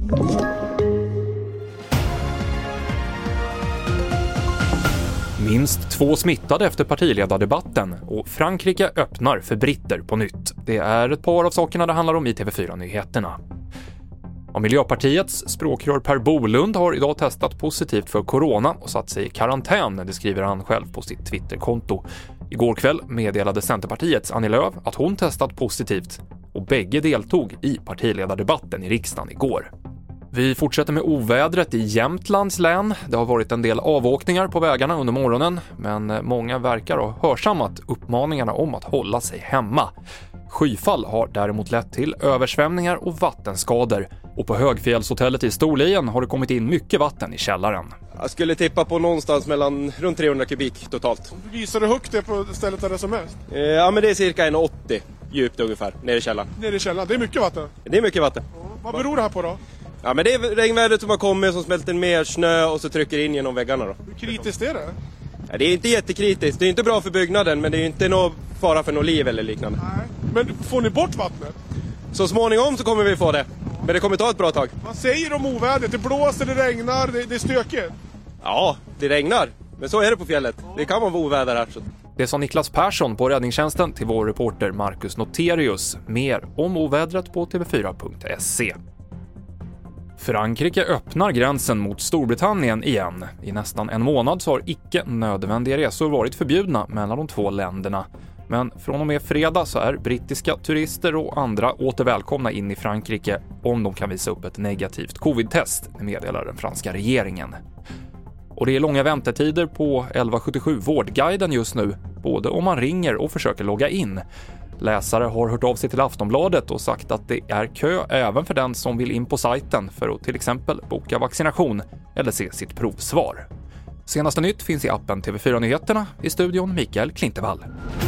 Minst 2 smittade efter partiledardebatten och Frankrike öppnar för britter på nytt. Det är ett par av sakerna det handlar om i TV4-nyheterna. Och Miljöpartiets språkrör Per Bolund har idag testat positivt för corona och satt sig i karantän, det skriver han själv på sitt Twitterkonto. Igår kväll meddelade Centerpartiets Annie Lööf att hon testat positivt och bägge deltog i partiledardebatten i riksdagen igår. Vi fortsätter med ovädret i Jämtlands län. Det har varit en del avåkningar på vägarna under morgonen, men många verkar ha hörsammat uppmaningarna om att hålla sig hemma. Skyfall har däremot lett till översvämningar och vattenskador, och på Högfjällshotellet i Storlien har det kommit in mycket vatten i källaren. Jag skulle tippa på någonstans runt 300 kubik totalt. Visar du högt det på stället där det är som mest? Ja, men det är cirka 1,80 djupt ungefär, nere i källaren. Nere i källaren, det är mycket vatten? Det är mycket vatten. Vad beror det här på då? Ja, men det är regnvädret som har kommit som smälter mer snö och så trycker in genom väggarna då. Hur kritiskt är det? Ja, det är inte jättekritiskt, det är inte bra för byggnaden, men det är inte någon fara för något liv eller liknande. Nej. Men får ni bort vattnet? Så småningom så kommer vi få det, men det kommer ta ett bra tag. Vad säger de om ovädret? Det blåser, det regnar, det är stökigt. Ja, det regnar, men så är det på fjället. Det kan vara oväder här. Så. Det sa Niklas Persson på räddningstjänsten till vår reporter Marcus Noterius. Mer om ovädret på tv4.se. Frankrike öppnar gränsen mot Storbritannien igen. I nästan en månad så har icke nödvändiga resor varit förbjudna mellan de två länderna. Men från och med fredag så är brittiska turister och andra åter välkomna in i Frankrike om de kan visa upp ett negativt covid-test, meddelar den franska regeringen. Och det är långa väntetider på 1177 Vårdguiden just nu, både om man ringer och försöker logga in. Läsare har hört av sig till Aftonbladet och sagt att det är kö även för den som vill in på sajten för att till exempel boka vaccination eller se sitt provsvar. Senaste nytt finns i appen TV4 Nyheterna, i studion Mikael Klintevall.